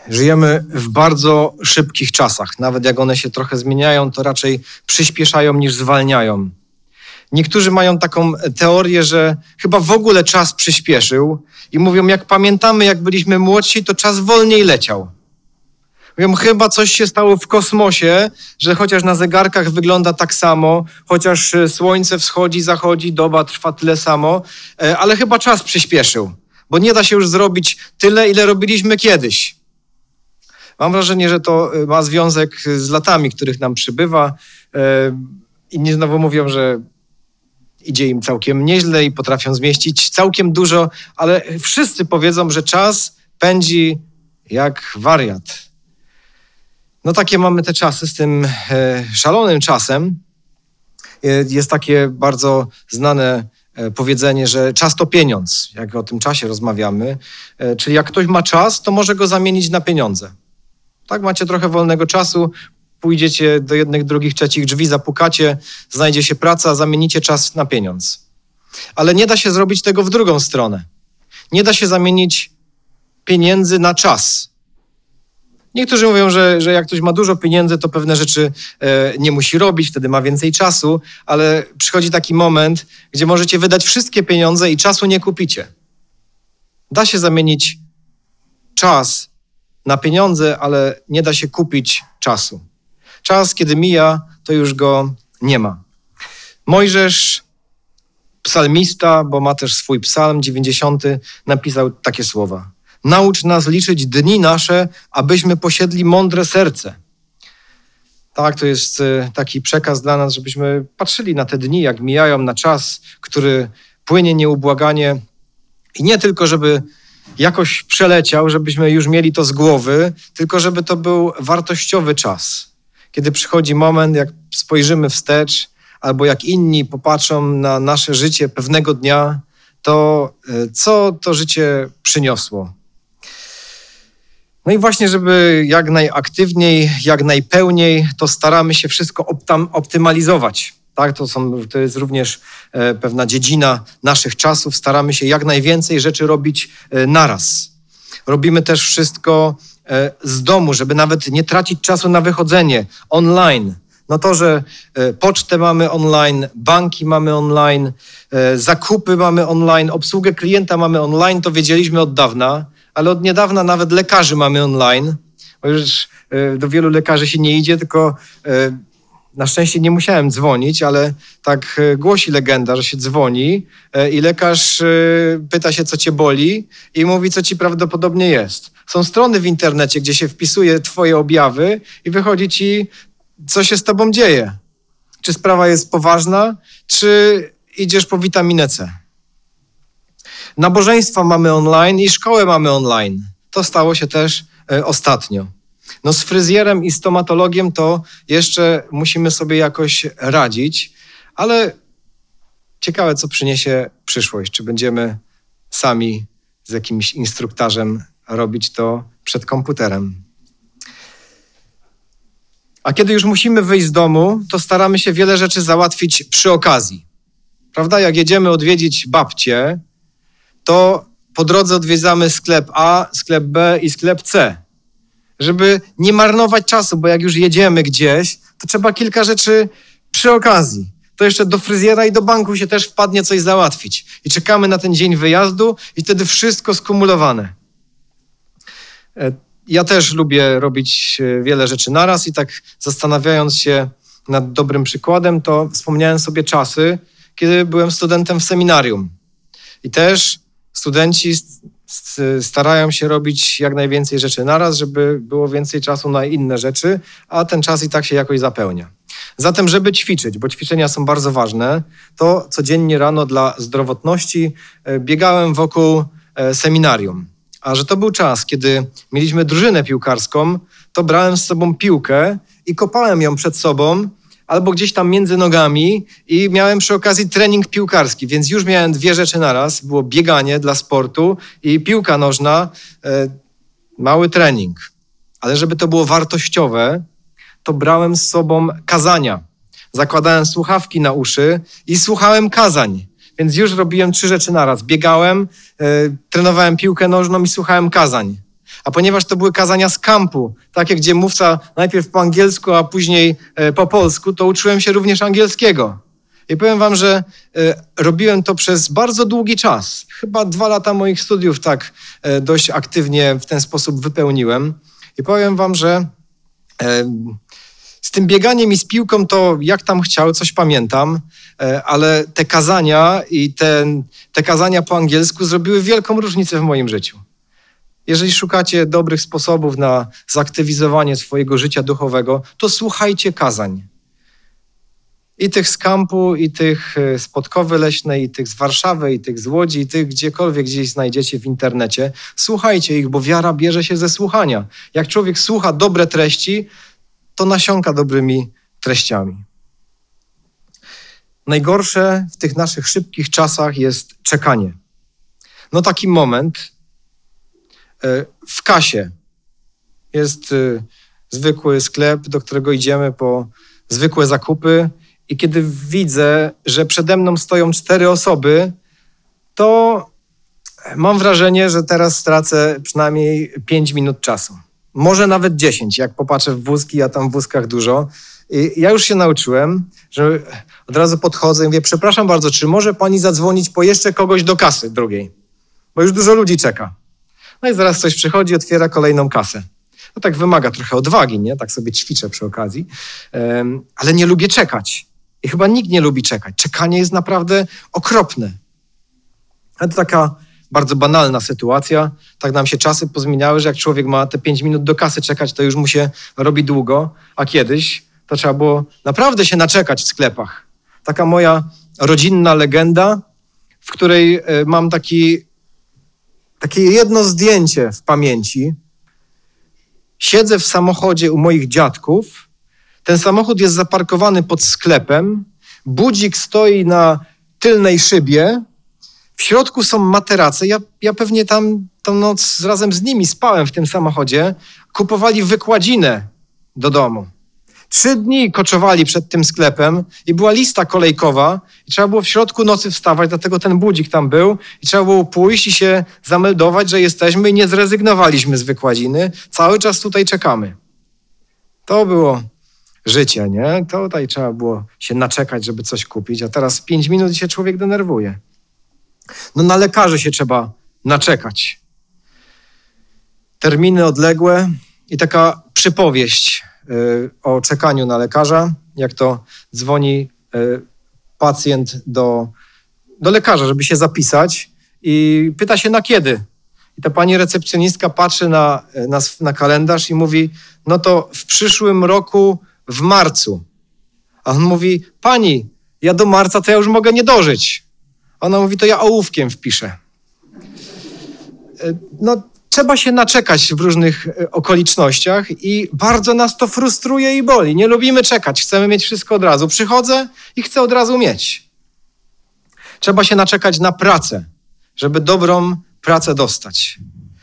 Żyjemy w bardzo szybkich czasach. Nawet jak one się trochę zmieniają, to raczej przyspieszają niż zwalniają. Niektórzy mają taką teorię, że chyba w ogóle czas przyspieszył i mówią, jak pamiętamy, jak byliśmy młodsi, to czas wolniej leciał. Mówią, chyba coś się stało w kosmosie, że chociaż na zegarkach wygląda tak samo, chociaż słońce wschodzi, zachodzi, doba trwa tyle samo, ale chyba czas przyspieszył, bo nie da się już zrobić tyle, ile robiliśmy kiedyś. Mam wrażenie, że to ma związek z latami, których nam przybywa. Inni znowu mówią, że idzie im całkiem nieźle i potrafią zmieścić całkiem dużo, ale wszyscy powiedzą, że czas pędzi jak wariat. No takie mamy te czasy z tym szalonym czasem. Jest takie bardzo znane powiedzenie, że czas to pieniądz, jak o tym czasie rozmawiamy. Czyli jak ktoś ma czas, to może go zamienić na pieniądze. Tak, macie trochę wolnego czasu, pójdziecie do jednych, drugich, trzecich drzwi, zapukacie, znajdzie się praca, zamienicie czas na pieniądz. Ale nie da się zrobić tego w drugą stronę. Nie da się zamienić pieniędzy na czas. Niektórzy mówią, że jak ktoś ma dużo pieniędzy, to pewne rzeczy nie musi robić, wtedy ma więcej czasu, ale przychodzi taki moment, gdzie możecie wydać wszystkie pieniądze i czasu nie kupicie. Da się zamienić czas na pieniądze, ale nie da się kupić czasu. Czas, kiedy mija, to już go nie ma. Mojżesz, psalmista, bo ma też swój psalm 90, napisał takie słowa. Naucz nas liczyć dni nasze, abyśmy posiedli mądre serce. Tak, to jest taki przekaz dla nas, żebyśmy patrzyli na te dni, jak mijają, na czas, który płynie nieubłaganie. I nie tylko, żeby jakoś przeleciał, żebyśmy już mieli to z głowy, tylko żeby to był wartościowy czas. Kiedy przychodzi moment, jak spojrzymy wstecz, albo jak inni popatrzą na nasze życie pewnego dnia, to co to życie przyniosło? No i właśnie, żeby jak najaktywniej, jak najpełniej, to staramy się wszystko optymalizować. Tak, to jest również pewna dziedzina naszych czasów. Staramy się jak najwięcej rzeczy robić naraz. Robimy też wszystko z domu, żeby nawet nie tracić czasu na wychodzenie online. No to, że pocztę mamy online, banki mamy online, zakupy mamy online, obsługę klienta mamy online, to wiedzieliśmy od dawna, ale od niedawna nawet lekarzy mamy online, bo już do wielu lekarzy się nie idzie, tylko na szczęście nie musiałem dzwonić, ale tak głosi legenda, że się dzwoni i lekarz pyta się, co cię boli i mówi, co ci prawdopodobnie jest. Są strony w internecie, gdzie się wpisuje twoje objawy i wychodzi ci, co się z tobą dzieje. Czy sprawa jest poważna, czy idziesz po witaminę C. Nabożeństwa mamy online i szkołę mamy online. To stało się też ostatnio. No z fryzjerem i stomatologiem to jeszcze musimy sobie jakoś radzić, ale ciekawe, co przyniesie przyszłość. Czy będziemy sami z jakimś instruktarzem robić to przed komputerem. A kiedy już musimy wyjść z domu, to staramy się wiele rzeczy załatwić przy okazji. Prawda? Jak jedziemy odwiedzić babcię, to po drodze odwiedzamy sklep A, sklep B i sklep C. Żeby nie marnować czasu, bo jak już jedziemy gdzieś, to trzeba kilka rzeczy przy okazji. To jeszcze do fryzjera i do banku się też wpadnie coś załatwić. I czekamy na ten dzień wyjazdu i wtedy wszystko skumulowane. Ja też lubię robić wiele rzeczy naraz i tak zastanawiając się nad dobrym przykładem, to wspomniałem sobie czasy, kiedy byłem studentem w seminarium. I też studenci starają się robić jak najwięcej rzeczy naraz, żeby było więcej czasu na inne rzeczy, a ten czas i tak się jakoś zapełnia. Zatem, żeby ćwiczyć, bo ćwiczenia są bardzo ważne, to codziennie rano dla zdrowotności biegałem wokół seminarium. A że to był czas, kiedy mieliśmy drużynę piłkarską, to brałem z sobą piłkę i kopałem ją przed sobą albo gdzieś tam między nogami i miałem przy okazji trening piłkarski, więc już miałem dwie rzeczy naraz. Było bieganie dla sportu i piłka nożna, mały trening. Ale żeby to było wartościowe, to brałem z sobą kazania. Zakładałem słuchawki na uszy i słuchałem kazań. Więc już robiłem 3 rzeczy naraz. Biegałem, trenowałem piłkę nożną i słuchałem kazań. A ponieważ to były kazania z kampu, takie, gdzie mówca najpierw po angielsku, a później po polsku, to uczyłem się również angielskiego. I powiem wam, że robiłem to przez bardzo długi czas. Chyba 2 lata moich studiów tak dość aktywnie w ten sposób wypełniłem. I powiem wam, że z tym bieganiem i z piłką to jak tam chciał, coś pamiętam, ale te kazania i te kazania po angielsku zrobiły wielką różnicę w moim życiu. Jeżeli szukacie dobrych sposobów na zaktywizowanie swojego życia duchowego, to słuchajcie kazań. I tych z kampu, i tych z Podkowy Leśnej, i tych z Warszawy, i tych z Łodzi, i tych gdziekolwiek gdzieś znajdziecie w internecie. Słuchajcie ich, bo wiara bierze się ze słuchania. Jak człowiek słucha dobre treści, to nasiąka dobrymi treściami. Najgorsze w tych naszych szybkich czasach jest czekanie. No taki moment w kasie. Jest zwykły sklep, do którego idziemy po zwykłe zakupy i kiedy widzę, że przede mną stoją 4 osoby, to mam wrażenie, że teraz stracę przynajmniej 5 minut czasu. Może nawet 10, jak popatrzę w wózki, a tam w wózkach dużo. I ja już się nauczyłem, że od razu podchodzę i mówię, przepraszam bardzo, czy może pani zadzwonić po jeszcze kogoś do kasy drugiej? Bo już dużo ludzi czeka. No i zaraz ktoś przychodzi, otwiera kolejną kasę. No tak wymaga trochę odwagi, nie? Tak sobie ćwiczę przy okazji. Ale nie lubię czekać. I chyba nikt nie lubi czekać. Czekanie jest naprawdę okropne. Ale to taka bardzo banalna sytuacja. Tak nam się czasy pozmieniały, że jak człowiek ma te 5 minut do kasy czekać, to już mu się robi długo. A kiedyś to trzeba było naprawdę się naczekać w sklepach. Taka moja rodzinna legenda, w której mam takie jedno zdjęcie w pamięci. Siedzę w samochodzie u moich dziadków. Ten samochód jest zaparkowany pod sklepem. Budzik stoi na tylnej szybie. W środku są materace. Ja pewnie tam tą noc razem z nimi spałem w tym samochodzie. Kupowali wykładzinę do domu. 3 dni koczowali przed tym sklepem i była lista kolejkowa i trzeba było w środku nocy wstawać, dlatego ten budzik tam był i trzeba było pójść i się zameldować, że jesteśmy i nie zrezygnowaliśmy z wykładziny. Cały czas tutaj czekamy. To było życie, nie? Tutaj trzeba było się naczekać, żeby coś kupić, a teraz 5 minut i się człowiek denerwuje. No na lekarzy się trzeba naczekać. Terminy odległe i taka przypowieść o czekaniu na lekarza, jak to dzwoni pacjent do lekarza, żeby się zapisać i pyta się na kiedy. I ta pani recepcjonistka patrzy na kalendarz i mówi, no to w przyszłym roku w marcu. A on mówi, pani, ja do marca to ja już mogę nie dożyć. Ona mówi, to ja ołówkiem wpiszę. No, trzeba się naczekać w różnych okolicznościach i bardzo nas to frustruje i boli. Nie lubimy czekać, chcemy mieć wszystko od razu. Przychodzę i chcę od razu mieć. Trzeba się naczekać na pracę, żeby dobrą pracę dostać.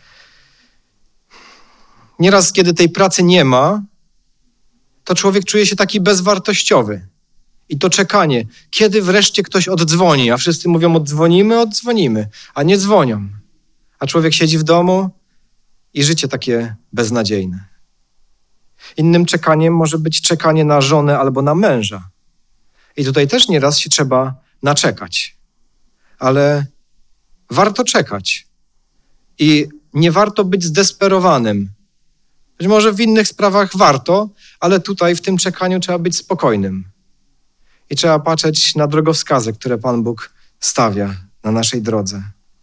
Nieraz, kiedy tej pracy nie ma, to człowiek czuje się taki bezwartościowy. I to czekanie, kiedy wreszcie ktoś oddzwoni, a wszyscy mówią oddzwonimy, a nie dzwonią. A człowiek siedzi w domu i życie takie beznadziejne. Innym czekaniem może być czekanie na żonę albo na męża. I tutaj też nieraz się trzeba naczekać. Ale warto czekać. I nie warto być zdesperowanym. Być może w innych sprawach warto, ale tutaj w tym czekaniu trzeba być spokojnym. I trzeba patrzeć na drogowskazy, które Pan Bóg stawia na naszej drodze.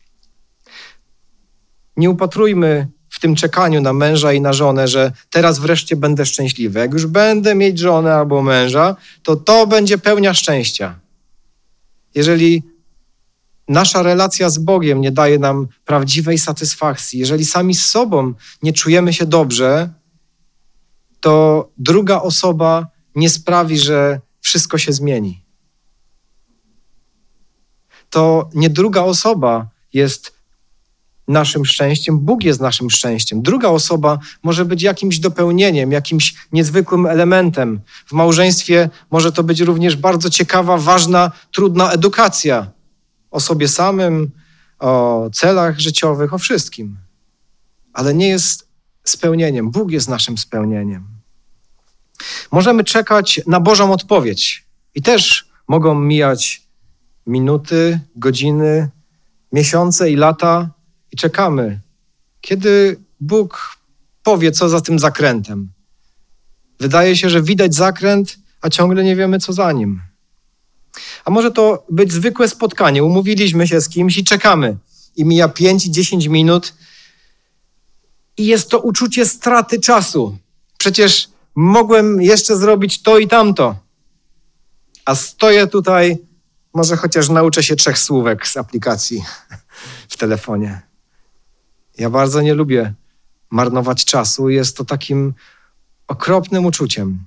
Nie upatrujmy w tym czekaniu na męża i na żonę, że teraz wreszcie będę szczęśliwy. Jak już będę mieć żonę albo męża, to będzie pełnia szczęścia. Jeżeli nasza relacja z Bogiem nie daje nam prawdziwej satysfakcji, jeżeli sami z sobą nie czujemy się dobrze, to druga osoba nie sprawi, że wszystko się zmieni. To nie druga osoba jest naszym szczęściem, Bóg jest naszym szczęściem. Druga osoba może być jakimś dopełnieniem, jakimś niezwykłym elementem. W małżeństwie może to być również bardzo ciekawa, ważna, trudna edukacja o sobie samym, o celach życiowych, o wszystkim. ale nie jest spełnieniem. Bóg jest naszym spełnieniem. Możemy czekać na Bożą odpowiedź i też mogą mijać minuty, godziny, miesiące i lata i czekamy, kiedy Bóg powie, co za tym zakrętem. Wydaje się, że widać zakręt, a ciągle nie wiemy, co za nim. A może to być zwykłe spotkanie. Umówiliśmy się z kimś i czekamy. I mija 5 i 10 minut i jest to uczucie straty czasu. Przecież mogłem jeszcze zrobić to i tamto. A stoję tutaj, może chociaż nauczę się 3 słówek z aplikacji w telefonie. Ja bardzo nie lubię marnować czasu. Jest to takim okropnym uczuciem.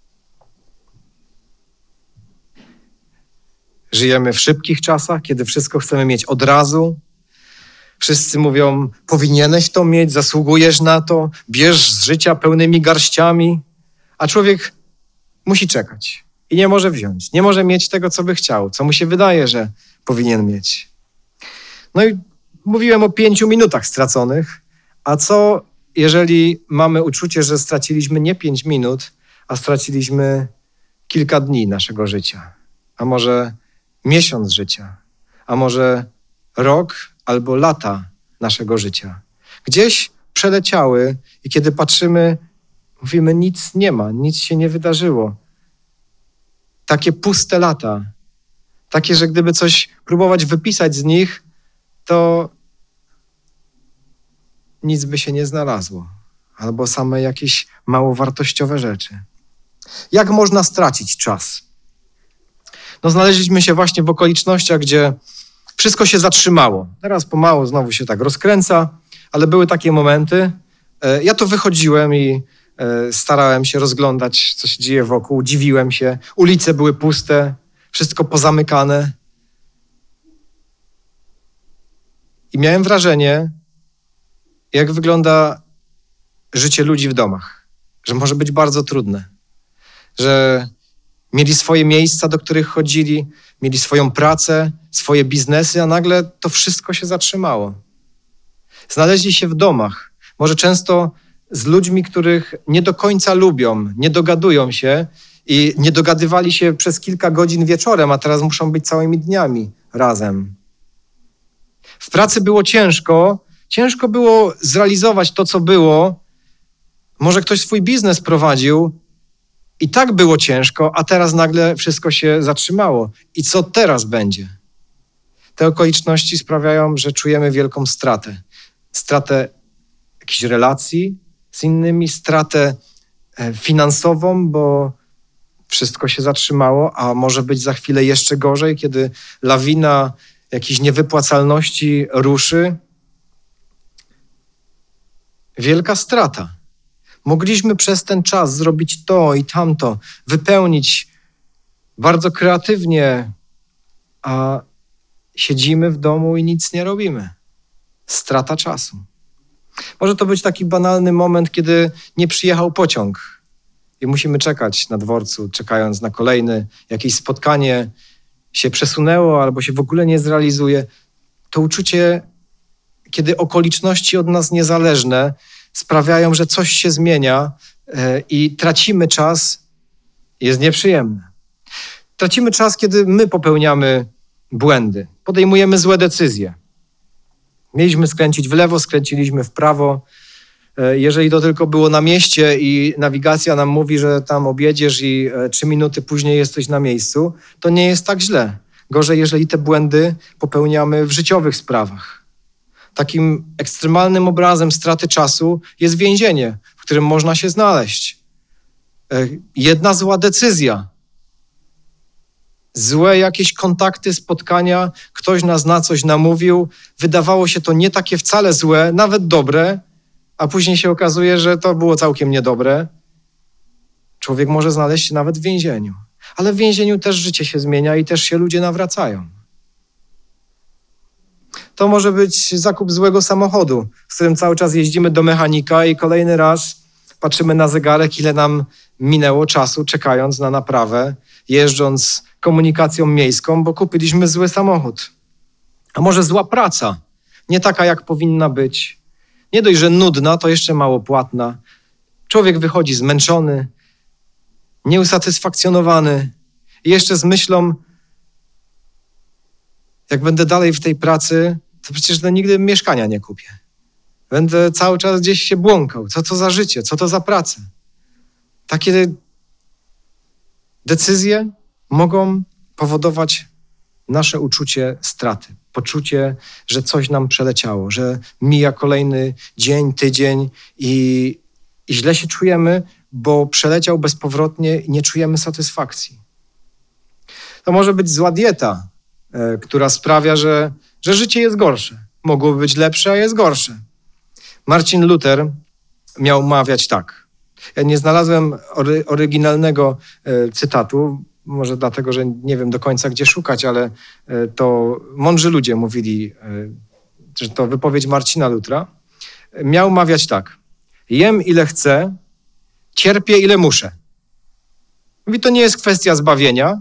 Żyjemy w szybkich czasach, kiedy wszystko chcemy mieć od razu. Wszyscy mówią, powinieneś to mieć, zasługujesz na to, bierz z życia pełnymi garściami, a człowiek musi czekać i nie może wziąć, nie może mieć tego, co by chciał, co mu się wydaje, że powinien mieć. No i mówiłem o 5 minutach straconych, a co jeżeli mamy uczucie, że straciliśmy nie 5 minut, a straciliśmy kilka dni naszego życia, a może miesiąc życia, a może rok albo lata naszego życia. Gdzieś przeleciały i kiedy patrzymy, mówimy, nic nie ma, nic się nie wydarzyło. Takie puste lata, takie, że gdyby coś próbować wypisać z nich, to nic by się nie znalazło. Albo same jakieś mało wartościowe rzeczy. Jak można stracić czas? No, znaleźliśmy się właśnie w okolicznościach, gdzie wszystko się zatrzymało. Teraz pomału znowu się tak rozkręca, ale były takie momenty. Ja to wychodziłem i starałem się rozglądać, co się dzieje wokół. Dziwiłem się. Ulice były puste, wszystko pozamykane. I miałem wrażenie, jak wygląda życie ludzi w domach. Że może być bardzo trudne. Że mieli swoje miejsca, do których chodzili, mieli swoją pracę, swoje biznesy, a nagle to wszystko się zatrzymało. Znaleźli się w domach, może często z ludźmi, których nie do końca lubią, nie dogadują się i nie dogadywali się przez kilka godzin wieczorem, a teraz muszą być całymi dniami razem. W pracy było ciężko było zrealizować to, co było. Może ktoś swój biznes prowadził i tak było ciężko, a teraz nagle wszystko się zatrzymało. I co teraz będzie? Te okoliczności sprawiają, że czujemy wielką stratę. Stratę jakichś relacji z innymi, stratę finansową, bo wszystko się zatrzymało, a może być za chwilę jeszcze gorzej, kiedy lawina jakiejś niewypłacalności ruszy. Wielka strata. Mogliśmy przez ten czas zrobić to i tamto, wypełnić bardzo kreatywnie, a siedzimy w domu i nic nie robimy. Strata czasu. Może to być taki banalny moment, kiedy nie przyjechał pociąg i musimy czekać na dworcu, czekając na kolejne jakieś spotkanie się przesunęło albo się w ogóle nie zrealizuje. To uczucie, kiedy okoliczności od nas niezależne sprawiają, że coś się zmienia i tracimy czas, jest nieprzyjemne. Tracimy czas, kiedy my popełniamy błędy, podejmujemy złe decyzje. Mieliśmy skręcić w lewo, skręciliśmy w prawo. Jeżeli to tylko było na mieście i nawigacja nam mówi, że tam objedziesz i 3 minuty później jesteś na miejscu, to nie jest tak źle. Gorzej, jeżeli te błędy popełniamy w życiowych sprawach. Takim ekstremalnym obrazem straty czasu jest więzienie, w którym można się znaleźć. Jedna zła decyzja, złe jakieś kontakty, spotkania, ktoś nas na coś namówił, wydawało się to nie takie wcale złe, nawet dobre, a później się okazuje, że to było całkiem niedobre. Człowiek może znaleźć się nawet w więzieniu. Ale w więzieniu też życie się zmienia i też się ludzie nawracają. To może być zakup złego samochodu, z którym cały czas jeździmy do mechanika i kolejny raz patrzymy na zegarek, ile nam minęło czasu, czekając na naprawę, jeżdżąc komunikacją miejską, bo kupiliśmy zły samochód. A może zła praca, nie taka, jak powinna być. Nie dość, że nudna, to jeszcze mało płatna. Człowiek wychodzi zmęczony, nieusatysfakcjonowany i jeszcze z myślą, jak będę dalej w tej pracy, to przecież nigdy mieszkania nie kupię. Będę cały czas gdzieś się błąkał. Co to za życie? Co to za praca? Takie decyzje mogą powodować nasze uczucie straty. Poczucie, że coś nam przeleciało, że mija kolejny dzień, tydzień i źle się czujemy, bo przeleciał bezpowrotnie i nie czujemy satysfakcji. To może być zła dieta, która sprawia, że życie jest gorsze. Mogłoby być lepsze, a jest gorsze. Marcin Luther miał mawiać tak. Ja nie znalazłem oryginalnego cytatu, może dlatego, że nie wiem do końca, gdzie szukać, ale to mądrzy ludzie mówili, że to wypowiedź Marcina Lutra. Miał mawiać tak. Jem ile chcę, cierpię ile muszę. Mówi, to nie jest kwestia zbawienia.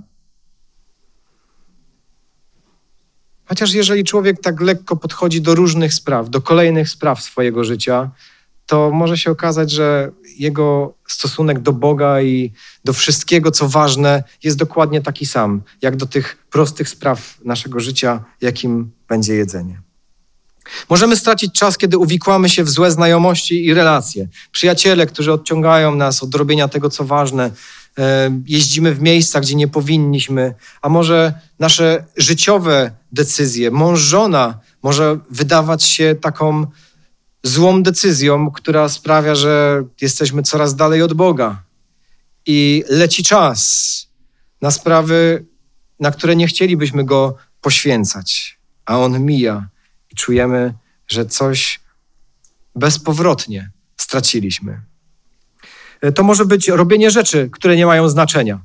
Chociaż jeżeli człowiek tak lekko podchodzi do różnych spraw, do kolejnych spraw swojego życia, to może się okazać, że jego stosunek do Boga i do wszystkiego, co ważne, jest dokładnie taki sam, jak do tych prostych spraw naszego życia, jakim będzie jedzenie. Możemy stracić czas, kiedy uwikłamy się w złe znajomości i relacje. Przyjaciele, którzy odciągają nas od robienia tego, co ważne, jeździmy w miejsca, gdzie nie powinniśmy, a może nasze życiowe decyzje, mąż, żona może wydawać się taką złą decyzją, która sprawia, że jesteśmy coraz dalej od Boga i leci czas na sprawy, na które nie chcielibyśmy go poświęcać, a on mija i czujemy, że coś bezpowrotnie straciliśmy. To może być robienie rzeczy, które nie mają znaczenia.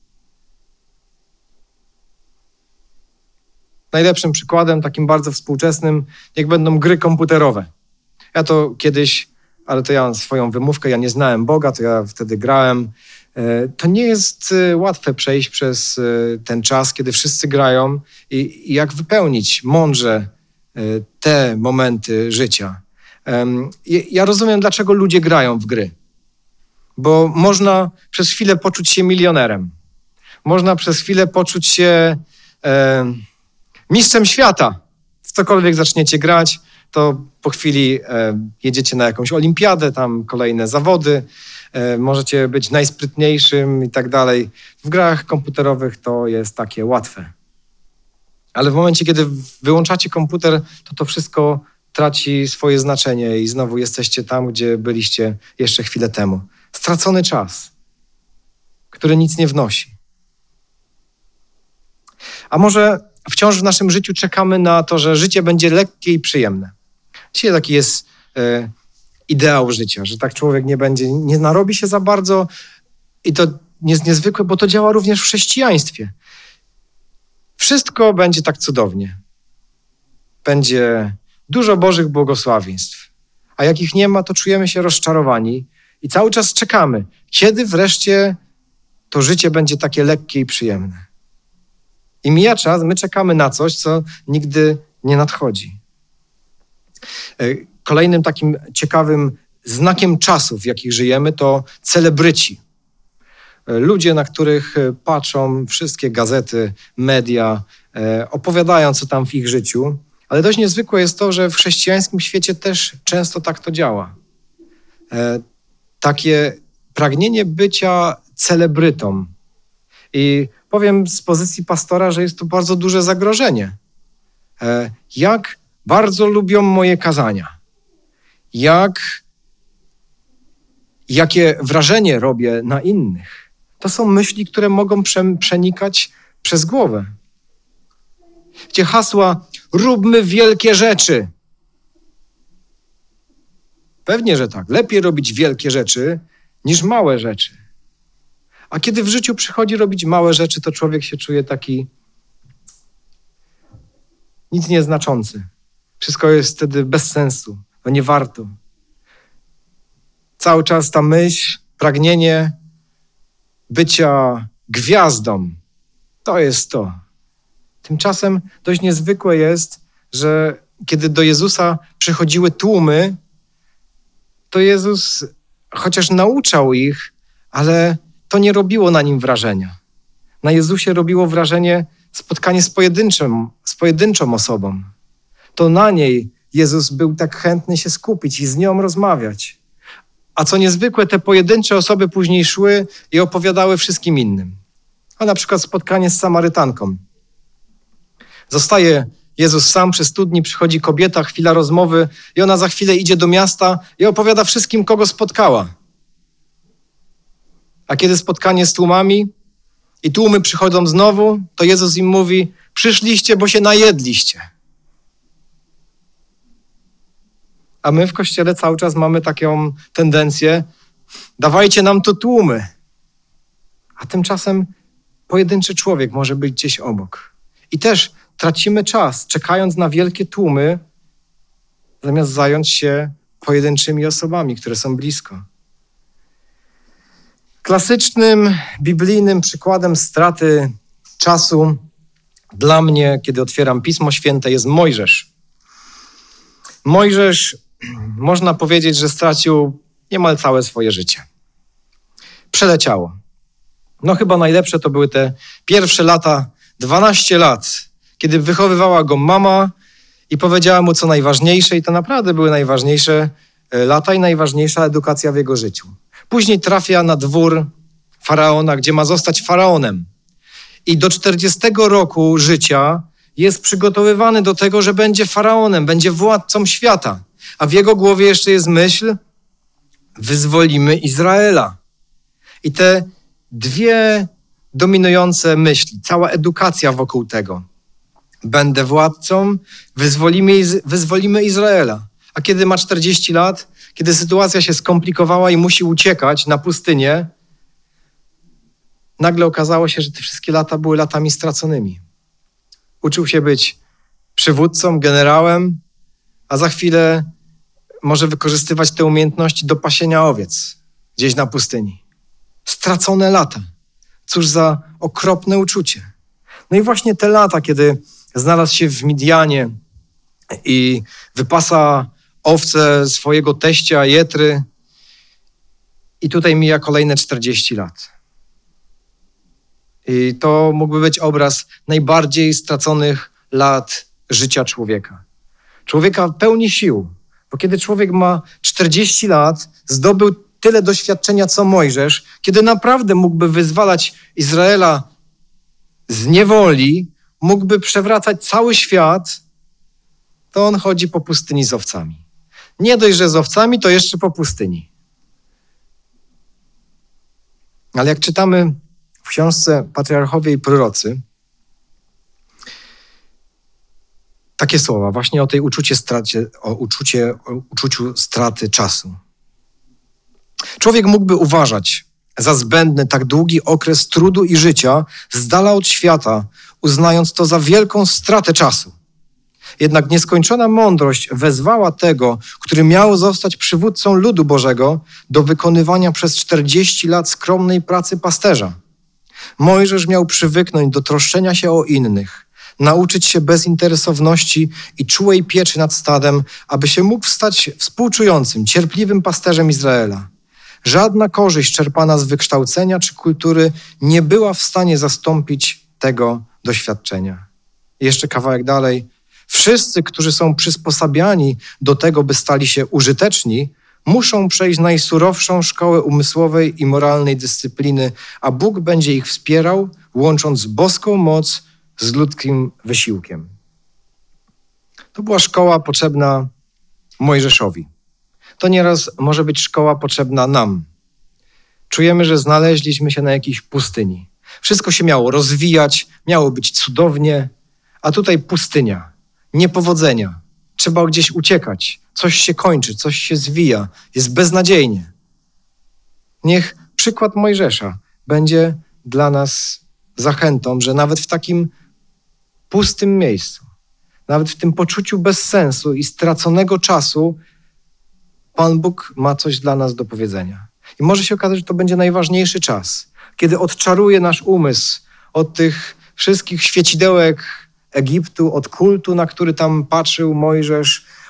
Najlepszym przykładem, takim bardzo współczesnym, niech będą gry komputerowe. Ja to kiedyś, ale to ja mam swoją wymówkę, ja nie znałem Boga, to ja wtedy grałem. To nie jest łatwe przejść przez ten czas, kiedy wszyscy grają i jak wypełnić mądrze te momenty życia. Ja rozumiem, dlaczego ludzie grają w gry. Bo można przez chwilę poczuć się milionerem. Można przez chwilę poczuć się mistrzem świata. W cokolwiek zaczniecie grać, to po chwili jedziecie na jakąś olimpiadę, tam kolejne zawody, możecie być najsprytniejszym i tak dalej. W grach komputerowych to jest takie łatwe. Ale w momencie, kiedy wyłączacie komputer, to wszystko traci swoje znaczenie i znowu jesteście tam, gdzie byliście jeszcze chwilę temu. Stracony czas, który nic nie wnosi. A może wciąż w naszym życiu czekamy na to, że życie będzie lekkie i przyjemne. Dzisiaj taki jest ideał życia, że tak człowiek nie narobi się za bardzo i to jest niezwykłe, bo to działa również w chrześcijaństwie. Wszystko będzie tak cudownie. Będzie dużo Bożych błogosławieństw. A jak ich nie ma, to czujemy się rozczarowani i cały czas czekamy, kiedy wreszcie to życie będzie takie lekkie i przyjemne. I mija czas, my czekamy na coś, co nigdy nie nadchodzi. Kolejnym takim ciekawym znakiem czasów, w jakich żyjemy, to celebryci. Ludzie, na których patrzą wszystkie gazety, media, opowiadają, co tam w ich życiu. Ale dość niezwykłe jest to, że w chrześcijańskim świecie też często tak to działa. Takie pragnienie bycia celebrytą. I powiem z pozycji pastora, że jest to bardzo duże zagrożenie. Jak bardzo lubią moje kazania. Jakie wrażenie robię na innych. To są myśli, które mogą przenikać przez głowę. Gdzie hasła róbmy wielkie rzeczy. Pewnie, że tak. Lepiej robić wielkie rzeczy niż małe rzeczy. A kiedy w życiu przychodzi robić małe rzeczy, to człowiek się czuje taki nic nieznaczący. Wszystko jest wtedy bez sensu. To nie warto. Cały czas ta myśl, pragnienie bycia gwiazdą, to jest to. Tymczasem dość niezwykłe jest, że kiedy do Jezusa przychodziły tłumy, to Jezus chociaż nauczał ich, ale to nie robiło na nim wrażenia. Na Jezusie robiło wrażenie spotkanie z pojedynczą osobą. To na niej Jezus był tak chętny się skupić i z nią rozmawiać. A co niezwykłe, te pojedyncze osoby później szły i opowiadały wszystkim innym. A na przykład spotkanie z Samarytanką. Zostaje Jezus sam przy studni, przychodzi kobieta, chwila rozmowy i ona za chwilę idzie do miasta i opowiada wszystkim, kogo spotkała. A kiedy spotkanie z tłumami i tłumy przychodzą znowu, to Jezus im mówi: przyszliście, bo się najedliście. A my w Kościele cały czas mamy taką tendencję: dawajcie nam tu tłumy. A tymczasem pojedynczy człowiek może być gdzieś obok. I też tracimy czas, czekając na wielkie tłumy, zamiast zająć się pojedynczymi osobami, które są blisko. Klasycznym, biblijnym przykładem straty czasu dla mnie, kiedy otwieram Pismo Święte, jest Mojżesz. Mojżesz, można powiedzieć, że stracił niemal całe swoje życie. Przeleciało. No chyba najlepsze to były te pierwsze lata, 12 lat, kiedy wychowywała go mama i powiedziała mu co najważniejsze, i to naprawdę były najważniejsze lata i najważniejsza edukacja w jego życiu. Później trafia na dwór faraona, gdzie ma zostać faraonem. I do 40 roku życia jest przygotowywany do tego, że będzie faraonem, będzie władcą świata. A w jego głowie jeszcze jest myśl: wyzwolimy Izraela. I te dwie dominujące myśli, cała edukacja wokół tego. Będę władcą, wyzwolimy Izraela. A kiedy ma 40 lat, kiedy sytuacja się skomplikowała i musi uciekać na pustynię, nagle okazało się, że te wszystkie lata były latami straconymi. Uczył się być przywódcą, generałem, a za chwilę może wykorzystywać te umiejętności do pasienia owiec gdzieś na pustyni. Stracone lata. Cóż za okropne uczucie. No i właśnie te lata, kiedy znalazł się w Midianie i wypasa owce swojego teścia Jetry, i tutaj mija kolejne 40 lat. I to mógłby być obraz najbardziej straconych lat życia człowieka. Człowieka pełni sił, bo kiedy człowiek ma 40 lat, zdobył tyle doświadczenia co Mojżesz, kiedy naprawdę mógłby wyzwalać Izraela z niewoli, mógłby przewracać cały świat, to on chodzi po pustyni z owcami. Nie dość, że z owcami, to jeszcze po pustyni. Ale jak czytamy w książce Patriarchowie i Prorocy, takie słowa właśnie o tej uczuciu straty czasu. Człowiek mógłby uważać za zbędny tak długi okres trudu i życia z dala od świata, uznając to za wielką stratę czasu. Jednak nieskończona mądrość wezwała tego, który miał zostać przywódcą ludu Bożego, do wykonywania przez 40 lat skromnej pracy pasterza. Mojżesz miał przywyknąć do troszczenia się o innych, nauczyć się bezinteresowności i czułej pieczy nad stadem, aby się mógł stać współczującym, cierpliwym pasterzem Izraela. Żadna korzyść czerpana z wykształcenia czy kultury nie była w stanie zastąpić tego doświadczenia. I jeszcze kawałek dalej. Wszyscy, którzy są przysposabiani do tego, by stali się użyteczni, muszą przejść najsurowszą szkołę umysłowej i moralnej dyscypliny, a Bóg będzie ich wspierał, łącząc boską moc z ludzkim wysiłkiem. To była szkoła potrzebna Mojżeszowi. To nieraz może być szkoła potrzebna nam. Czujemy, że znaleźliśmy się na jakiejś pustyni. Wszystko się miało rozwijać, miało być cudownie, a tutaj pustynia, niepowodzenia. Trzeba gdzieś uciekać, coś się kończy, coś się zwija, jest beznadziejnie. Niech przykład Mojżesza będzie dla nas zachętą, że nawet w takim pustym miejscu, nawet w tym poczuciu bezsensu i straconego czasu, Pan Bóg ma coś dla nas do powiedzenia. I może się okazać, że to będzie najważniejszy czas, kiedy odczaruje nasz umysł od tych wszystkich świecidełek Egiptu, od kultu, na który tam patrzył Mojżesz,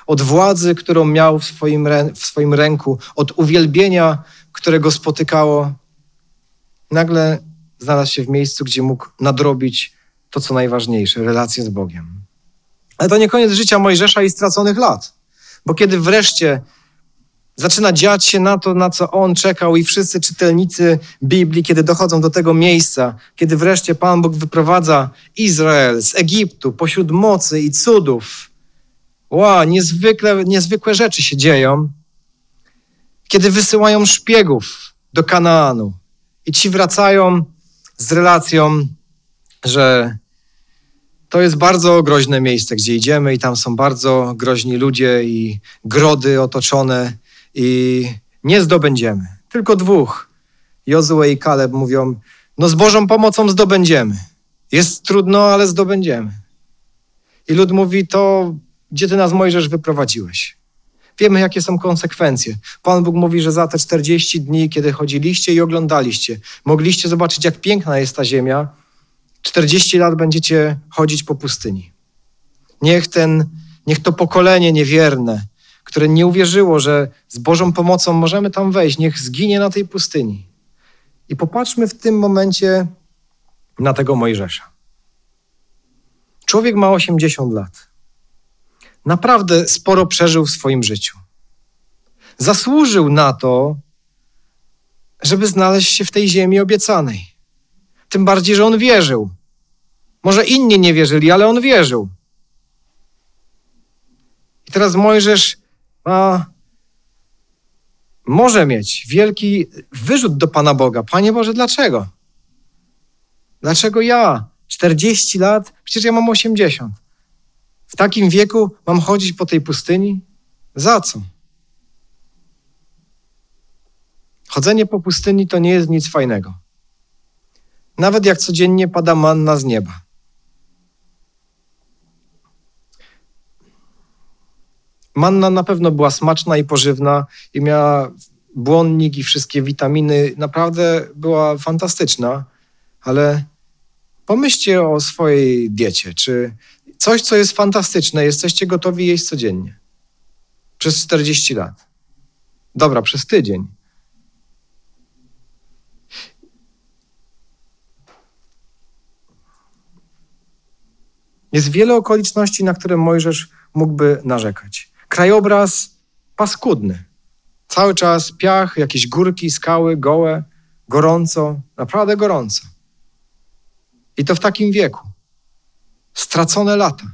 od władzy, którą miał w swoim ręku, od uwielbienia, które go spotykało. Nagle znalazł się w miejscu, gdzie mógł nadrobić to, co najważniejsze, relacje z Bogiem. Ale to nie koniec życia Mojżesza i straconych lat, bo kiedy wreszcie zaczyna dziać się na co on czekał i wszyscy czytelnicy Biblii, kiedy dochodzą do tego miejsca, kiedy wreszcie Pan Bóg wyprowadza Izrael z Egiptu pośród mocy i cudów. Niezwykłe rzeczy się dzieją. Kiedy wysyłają szpiegów do Kanaanu i ci wracają z relacją, że to jest bardzo groźne miejsce, gdzie idziemy i tam są bardzo groźni ludzie i grody otoczone i nie zdobędziemy. Tylko dwóch, Jozue i Kaleb, mówią, z Bożą pomocą zdobędziemy. Jest trudno, ale zdobędziemy. I lud mówi, to gdzie ty nas, Mojżesz, wyprowadziłeś? Wiemy, jakie są konsekwencje. Pan Bóg mówi, że za te 40 dni, kiedy chodziliście i oglądaliście, mogliście zobaczyć, jak piękna jest ta ziemia. 40 lat będziecie chodzić po pustyni. Niech to pokolenie niewierne, które nie uwierzyło, że z Bożą pomocą możemy tam wejść, niech zginie na tej pustyni. I popatrzmy w tym momencie na tego Mojżesza. Człowiek ma 80 lat. Naprawdę sporo przeżył w swoim życiu. Zasłużył na to, żeby znaleźć się w tej ziemi obiecanej. Tym bardziej, że on wierzył. Może inni nie wierzyli, ale on wierzył. I teraz Mojżesz może mieć wielki wyrzut do Pana Boga. Panie Boże, dlaczego? Dlaczego ja? 40 lat? Przecież ja mam 80. W takim wieku mam chodzić po tej pustyni? Za co? Chodzenie po pustyni to nie jest nic fajnego. Nawet jak codziennie pada manna z nieba. Manna na pewno była smaczna i pożywna i miała błonnik i wszystkie witaminy. Naprawdę była fantastyczna, ale pomyślcie o swojej diecie. Czy coś, co jest fantastyczne, jesteście gotowi jeść codziennie? Przez 40 lat. Dobra, przez tydzień. Jest wiele okoliczności, na które Mojżesz mógłby narzekać. Krajobraz paskudny. Cały czas piach, jakieś górki, skały, gołe, gorąco, naprawdę gorąco. I to w takim wieku. Stracone lata.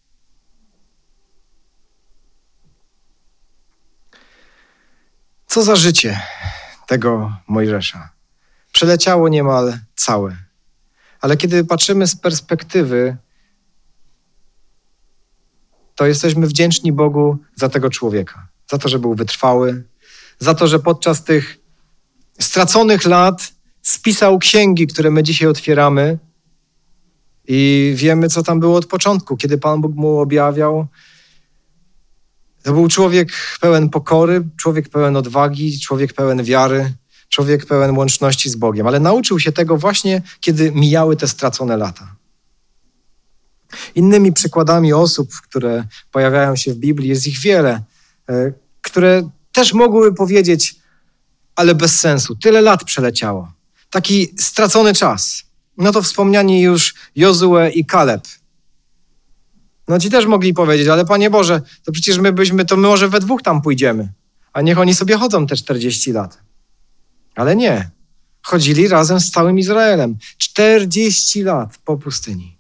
Co za życie tego Mojżesza. Przeleciało niemal całe. Ale kiedy patrzymy z perspektywy, to jesteśmy wdzięczni Bogu za tego człowieka. Za to, że był wytrwały. Za to, że podczas tych straconych lat spisał księgi, które my dzisiaj otwieramy i wiemy, co tam było od początku, kiedy Pan Bóg mu objawiał. To był człowiek pełen pokory, człowiek pełen odwagi, człowiek pełen wiary, człowiek pełen łączności z Bogiem. Ale nauczył się tego właśnie, kiedy mijały te stracone lata. Innymi przykładami osób, które pojawiają się w Biblii, jest ich wiele, które też mogłyby powiedzieć, ale bez sensu, tyle lat przeleciało. Taki stracony czas. No to wspomniani już Jozue i Kaleb. No ci też mogli powiedzieć, ale Panie Boże, to przecież my może we dwóch tam pójdziemy, a niech oni sobie chodzą te 40 lat. Ale nie. Chodzili razem z całym Izraelem. 40 lat po pustyni.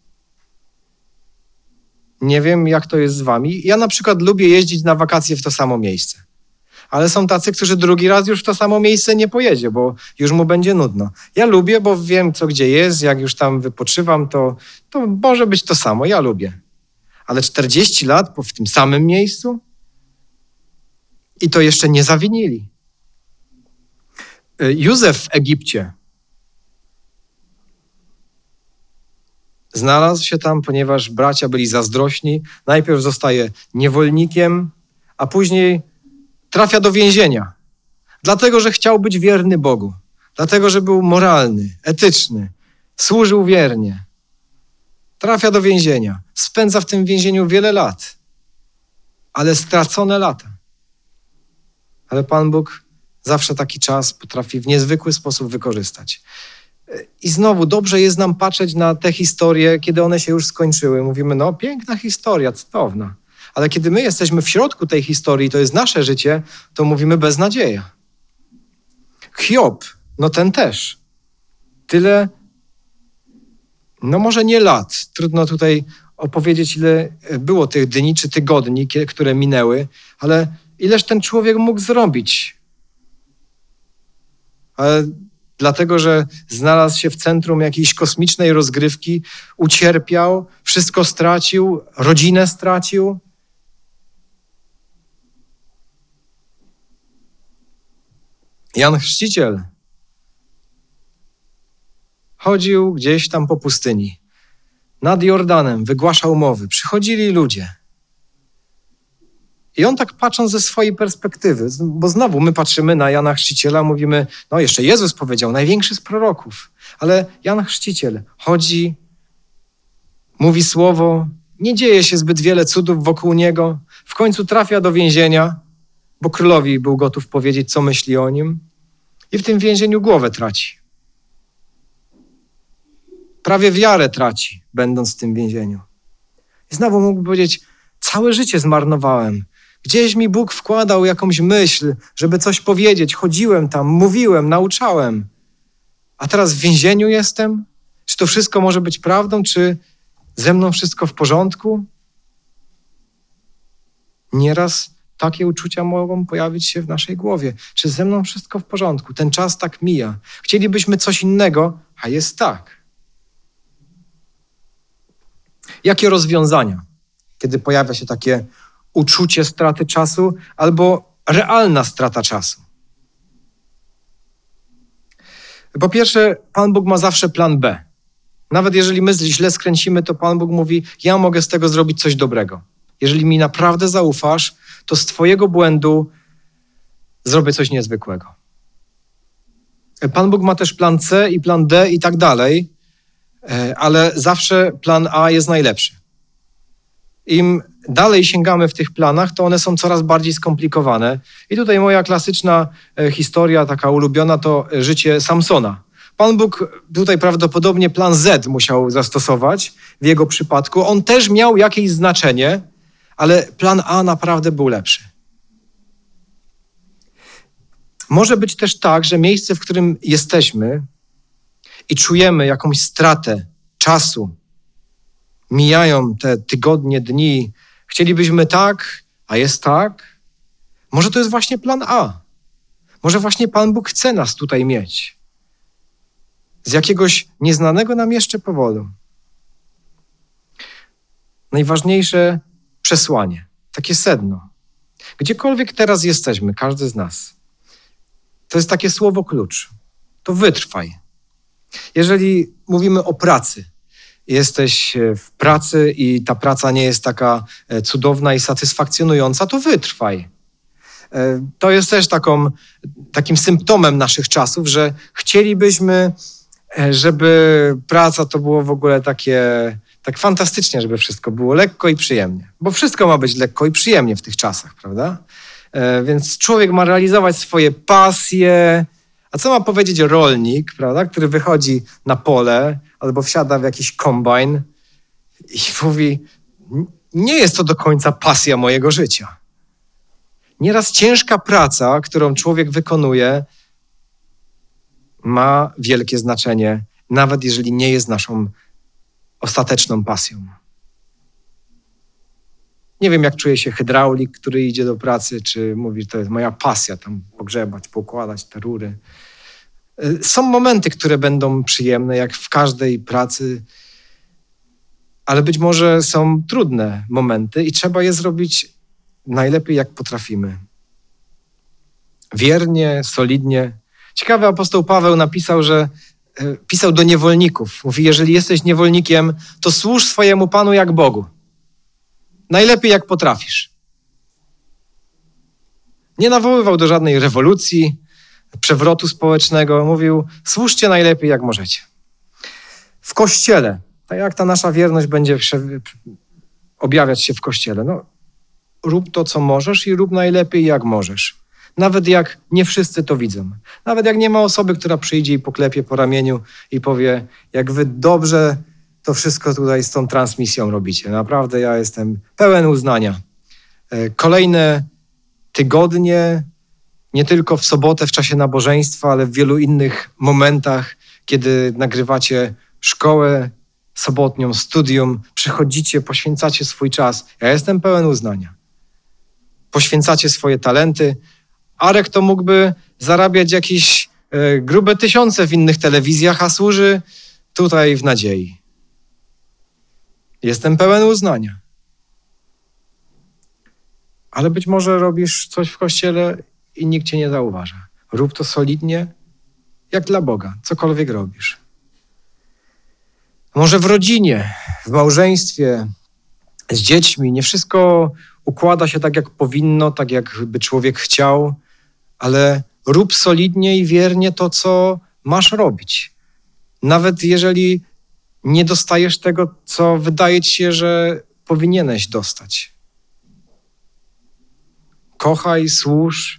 Nie wiem, jak to jest z wami. Ja na przykład lubię jeździć na wakacje w to samo miejsce. Ale są tacy, którzy drugi raz już w to samo miejsce nie pojedzie, bo już mu będzie nudno. Ja lubię, bo wiem, co gdzie jest. Jak już tam wypoczywam, to może być to samo. Ja lubię. Ale 40 lat w tym samym miejscu? I to jeszcze nie zawinili. Józef w Egipcie znalazł się tam, ponieważ bracia byli zazdrośni. Najpierw zostaje niewolnikiem, a później trafia do więzienia. Dlatego, że chciał być wierny Bogu. Dlatego, że był moralny, etyczny. Służył wiernie. Trafia do więzienia. Spędza w tym więzieniu wiele lat. ale stracone lata. Ale Pan Bóg zawsze taki czas potrafi w niezwykły sposób wykorzystać. I znowu dobrze jest nam patrzeć na te historie, kiedy one się już skończyły. Mówimy, no piękna historia, cudowna. Ale kiedy my jesteśmy w środku tej historii, to jest nasze życie, to mówimy beznadzieja. Hiob, no ten też. Tyle, no może nie lat, trudno tutaj opowiedzieć, ile było tych dni czy tygodni, które minęły, ale ileż ten człowiek mógł zrobić. Ale dlatego, że znalazł się w centrum jakiejś kosmicznej rozgrywki, ucierpiał, wszystko stracił, rodzinę stracił. Jan Chrzciciel chodził gdzieś tam po pustyni, nad Jordanem, wygłaszał mowy, przychodzili ludzie. I on tak patrząc ze swojej perspektywy, bo znowu my patrzymy na Jana Chrzciciela, mówimy, no jeszcze Jezus powiedział, największy z proroków, ale Jan Chrzciciel chodzi, mówi słowo, nie dzieje się zbyt wiele cudów wokół niego, w końcu trafia do więzienia, bo królowi był gotów powiedzieć, co myśli o nim i w tym więzieniu głowę traci. Prawie wiarę traci, będąc w tym więzieniu. I znowu mógłby powiedzieć, całe życie zmarnowałem. Gdzieś mi Bóg wkładał jakąś myśl, żeby coś powiedzieć. Chodziłem tam, mówiłem, nauczałem. A teraz w więzieniu jestem? Czy to wszystko może być prawdą? Czy ze mną wszystko w porządku? Nieraz takie uczucia mogą pojawić się w naszej głowie. Czy ze mną wszystko w porządku? Ten czas tak mija. Chcielibyśmy coś innego, a jest tak. Jakie rozwiązania, kiedy pojawia się takie uczucie straty czasu albo realna strata czasu? Po pierwsze, Pan Bóg ma zawsze plan B. Nawet jeżeli my źle skręcimy, to Pan Bóg mówi, ja mogę z tego zrobić coś dobrego. Jeżeli mi naprawdę zaufasz, to z twojego błędu zrobię coś niezwykłego. Pan Bóg ma też plan C i plan D i tak dalej, ale zawsze plan A jest najlepszy. Im dalej sięgamy w tych planach, to one są coraz bardziej skomplikowane. I tutaj moja klasyczna historia, taka ulubiona, to życie Samsona. Pan Bóg tutaj prawdopodobnie plan Z musiał zastosować w jego przypadku. On też miał jakieś znaczenie, ale plan A naprawdę był lepszy. Może być też tak, że miejsce, w którym jesteśmy i czujemy jakąś stratę czasu, mijają te tygodnie, dni, chcielibyśmy tak, a jest tak. Może to jest właśnie plan A. Może właśnie Pan Bóg chce nas tutaj mieć. Z jakiegoś nieznanego nam jeszcze powodu. Najważniejsze przesłanie, takie sedno. Gdziekolwiek teraz jesteśmy, każdy z nas, to jest takie słowo klucz. To wytrwaj. Jeżeli mówimy o pracy, jesteś w pracy i ta praca nie jest taka cudowna i satysfakcjonująca, to wytrwaj. To jest też takim symptomem naszych czasów, że chcielibyśmy, żeby praca to było w ogóle tak fantastycznie, żeby wszystko było lekko i przyjemnie. Bo wszystko ma być lekko i przyjemnie w tych czasach, prawda? Więc człowiek ma realizować swoje pasje. A co ma powiedzieć rolnik, prawda, który wychodzi na pole albo wsiada w jakiś kombajn i mówi, nie jest to do końca pasja mojego życia. Nieraz ciężka praca, którą człowiek wykonuje, ma wielkie znaczenie, nawet jeżeli nie jest naszą ostateczną pasją. Nie wiem, jak czuje się hydraulik, który idzie do pracy, czy mówi, to jest moja pasja, tam pogrzebać, poukładać te rury. Są momenty, które będą przyjemne, jak w każdej pracy, ale być może są trudne momenty i trzeba je zrobić najlepiej, jak potrafimy. Wiernie, solidnie. Ciekawy apostoł Paweł napisał, że pisał do niewolników. Mówi, jeżeli jesteś niewolnikiem, to służ swojemu Panu jak Bogu. Najlepiej jak potrafisz. Nie nawoływał do żadnej rewolucji, przewrotu społecznego. Mówił, służcie najlepiej jak możecie. W Kościele, tak jak ta nasza wierność będzie objawiać się w Kościele? No, rób to, co możesz i rób najlepiej, jak możesz. Nawet jak nie wszyscy to widzą. Nawet jak nie ma osoby, która przyjdzie i poklepie po ramieniu i powie, jak wy dobrze to wszystko tutaj z tą transmisją robicie. Naprawdę ja jestem pełen uznania. Kolejne tygodnie, nie tylko w sobotę w czasie nabożeństwa, ale w wielu innych momentach, kiedy nagrywacie szkołę sobotnią, studium, przychodzicie, poświęcacie swój czas. Ja jestem pełen uznania. Poświęcacie swoje talenty. Arek to mógłby zarabiać jakieś grube tysiące w innych telewizjach, a służy tutaj w nadziei. Jestem pełen uznania. Ale być może robisz coś w kościele i nikt cię nie zauważa. Rób to solidnie, jak dla Boga, cokolwiek robisz. Może w rodzinie, w małżeństwie, z dziećmi, nie wszystko układa się tak, jak powinno, tak jakby człowiek chciał, ale rób solidnie i wiernie to, co masz robić. Nawet jeżeli nie dostajesz tego, co wydaje ci się, że powinieneś dostać. Kochaj, służ.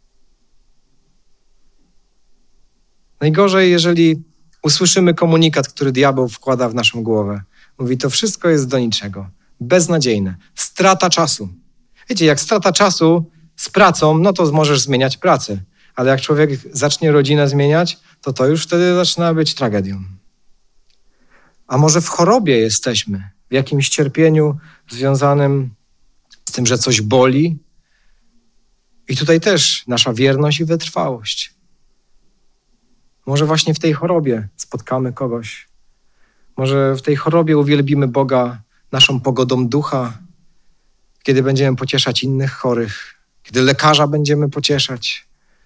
Najgorzej, jeżeli usłyszymy komunikat, który diabeł wkłada w naszą głowę. Mówi, to wszystko jest do niczego. Beznadziejne. Strata czasu. Wiecie, jak strata czasu z pracą, no to możesz zmieniać pracę. Ale jak człowiek zacznie rodzinę zmieniać, to już wtedy zaczyna być tragedią. A może w chorobie jesteśmy, w jakimś cierpieniu związanym z tym, że coś boli. I tutaj też nasza wierność i wytrwałość. Może właśnie w tej chorobie spotkamy kogoś. Może w tej chorobie uwielbimy Boga naszą pogodą ducha, kiedy będziemy pocieszać innych chorych, kiedy lekarza będziemy pocieszać.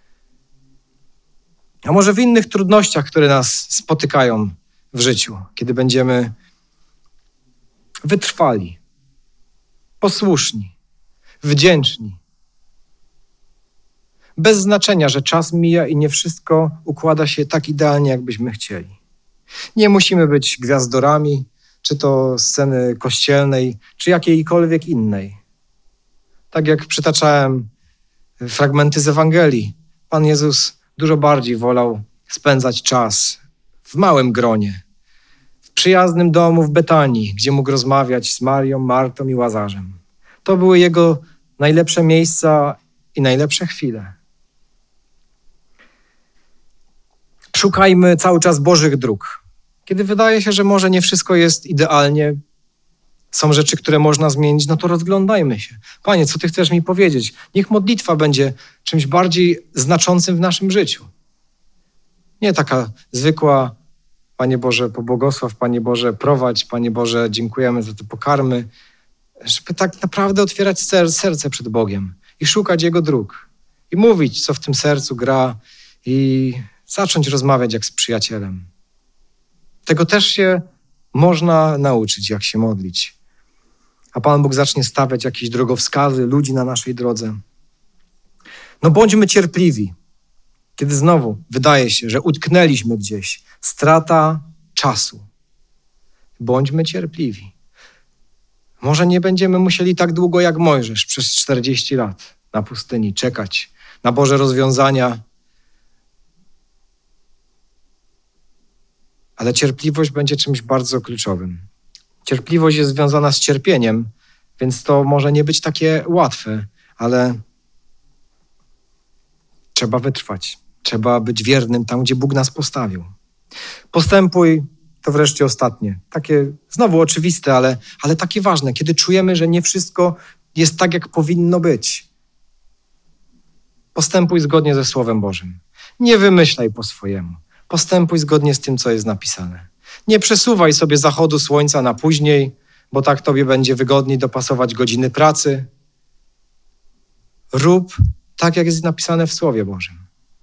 A może w innych trudnościach, które nas spotykają w życiu, kiedy będziemy wytrwali, posłuszni, wdzięczni. Bez znaczenia, że czas mija i nie wszystko układa się tak idealnie, jakbyśmy chcieli. Nie musimy być gwiazdorami, czy to sceny kościelnej, czy jakiejkolwiek innej. Tak jak przytaczałem fragmenty z Ewangelii, Pan Jezus dużo bardziej wolał spędzać czas w małym gronie, w przyjaznym domu w Betanii, gdzie mógł rozmawiać z Marią, Martą i Łazarzem. To były jego najlepsze miejsca i najlepsze chwile. Szukajmy cały czas Bożych dróg. Kiedy wydaje się, że może nie wszystko jest idealnie, są rzeczy, które można zmienić, no to rozglądajmy się. Panie, co Ty chcesz mi powiedzieć? Niech modlitwa będzie czymś bardziej znaczącym w naszym życiu. Nie taka zwykła, Panie Boże, pobłogosław, Panie Boże, prowadź, Panie Boże, dziękujemy za te pokarmy. Żeby tak naprawdę otwierać serce przed Bogiem i szukać Jego dróg. I mówić, co w tym sercu gra i zacząć rozmawiać jak z przyjacielem. Tego też się można nauczyć, jak się modlić. A Pan Bóg zacznie stawiać jakieś drogowskazy, ludzi na naszej drodze. No bądźmy cierpliwi. Kiedy znowu wydaje się, że utknęliśmy gdzieś. Strata czasu. Bądźmy cierpliwi. Może nie będziemy musieli tak długo jak Mojżesz przez 40 lat na pustyni czekać na Boże rozwiązania. Ale cierpliwość będzie czymś bardzo kluczowym. Cierpliwość jest związana z cierpieniem, więc to może nie być takie łatwe, ale trzeba wytrwać. Trzeba być wiernym tam, gdzie Bóg nas postawił. Postępuj, to wreszcie ostatnie. Takie znowu oczywiste, ale takie ważne. Kiedy czujemy, że nie wszystko jest tak, jak powinno być. Postępuj zgodnie ze Słowem Bożym. Nie wymyślaj po swojemu. Postępuj zgodnie z tym, co jest napisane. Nie przesuwaj sobie zachodu słońca na później, bo tak tobie będzie wygodniej dopasować godziny pracy. Rób tak, jak jest napisane w Słowie Bożym.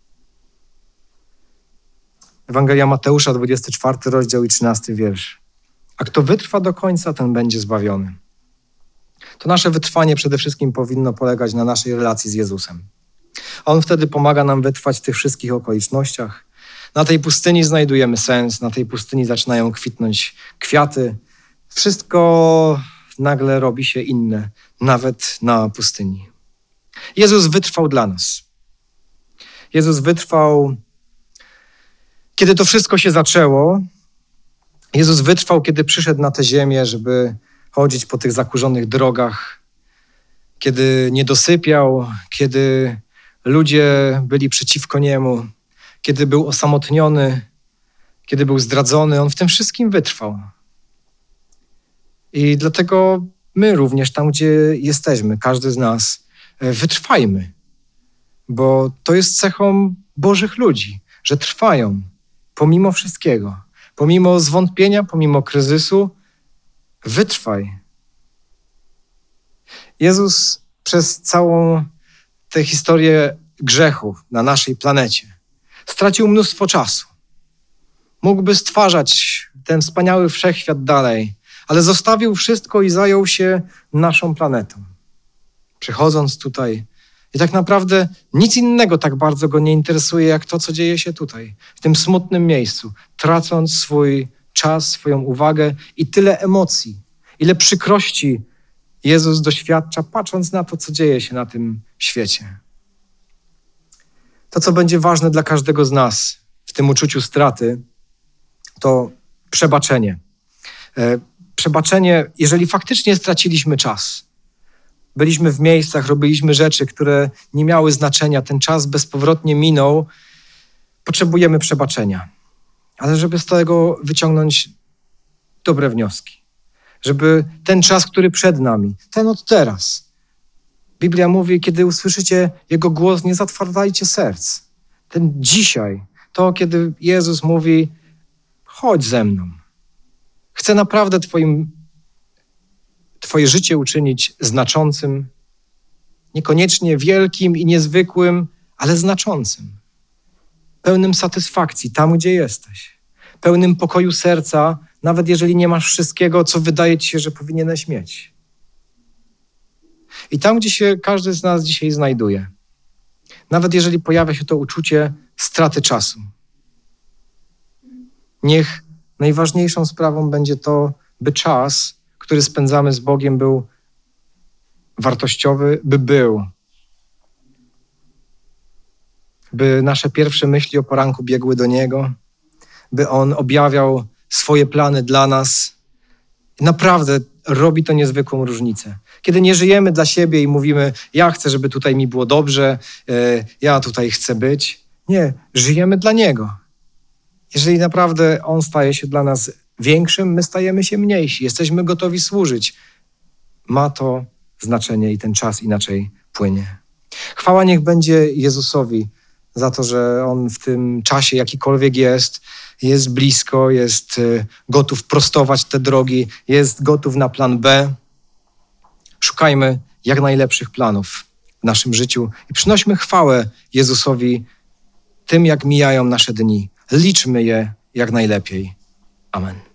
Ewangelia Mateusza, 24 rozdział i 13 wiersz. A kto wytrwa do końca, ten będzie zbawiony. To nasze wytrwanie przede wszystkim powinno polegać na naszej relacji z Jezusem. On wtedy pomaga nam wytrwać w tych wszystkich okolicznościach. Na tej pustyni znajdujemy sens, na tej pustyni zaczynają kwitnąć kwiaty. Wszystko nagle robi się inne, nawet na pustyni. Jezus wytrwał dla nas. Jezus wytrwał, kiedy to wszystko się zaczęło. Jezus wytrwał, kiedy przyszedł na tę ziemię, żeby chodzić po tych zakurzonych drogach, kiedy nie dosypiał, kiedy ludzie byli przeciwko Niemu, kiedy był osamotniony, kiedy był zdradzony. On w tym wszystkim wytrwał. I dlatego my również tam, gdzie jesteśmy, każdy z nas, wytrwajmy, bo to jest cechą Bożych ludzi, że trwają pomimo wszystkiego, pomimo zwątpienia, pomimo kryzysu. Wytrwaj. Jezus przez całą tę historię grzechów na naszej planecie stracił mnóstwo czasu. Mógłby stwarzać ten wspaniały wszechświat dalej, ale zostawił wszystko i zajął się naszą planetą. Przychodząc tutaj i tak naprawdę nic innego tak bardzo go nie interesuje, jak to, co dzieje się tutaj, w tym smutnym miejscu, tracąc swój czas, swoją uwagę i tyle emocji, ile przykrości Jezus doświadcza, patrząc na to, co dzieje się na tym świecie. To, co będzie ważne dla każdego z nas w tym uczuciu straty, to przebaczenie. Przebaczenie, jeżeli faktycznie straciliśmy czas. Byliśmy w miejscach, robiliśmy rzeczy, które nie miały znaczenia, ten czas bezpowrotnie minął, potrzebujemy przebaczenia. Ale żeby z tego wyciągnąć dobre wnioski. Żeby ten czas, który przed nami, ten od teraz. Biblia mówi, kiedy usłyszycie Jego głos, nie zatwardajcie serc. Ten dzisiaj, to kiedy Jezus mówi, chodź ze mną. Chcę naprawdę Twoje życie uczynić znaczącym, niekoniecznie wielkim i niezwykłym, ale znaczącym. Pełnym satysfakcji tam, gdzie jesteś. Pełnym pokoju serca, nawet jeżeli nie masz wszystkiego, co wydaje ci się, że powinieneś mieć. I tam, gdzie się każdy z nas dzisiaj znajduje, nawet jeżeli pojawia się to uczucie straty czasu, niech najważniejszą sprawą będzie to, by czas, który spędzamy z Bogiem, był wartościowy, by nasze pierwsze myśli o poranku biegły do Niego, by On objawiał swoje plany dla nas. I naprawdę robi to niezwykłą różnicę. Kiedy nie żyjemy dla siebie i mówimy, ja chcę, żeby tutaj mi było dobrze, ja tutaj chcę być. Nie, żyjemy dla Niego. Jeżeli naprawdę On staje się dla nas większym, my stajemy się mniejsi. Jesteśmy gotowi służyć. Ma to znaczenie i ten czas inaczej płynie. Chwała niech będzie Jezusowi za to, że On w tym czasie, jakikolwiek jest blisko, jest gotów prostować te drogi, jest gotów na plan B. Szukajmy jak najlepszych planów w naszym życiu i przynośmy chwałę Jezusowi tym, jak mijają nasze dni. Liczmy je jak najlepiej. Amen.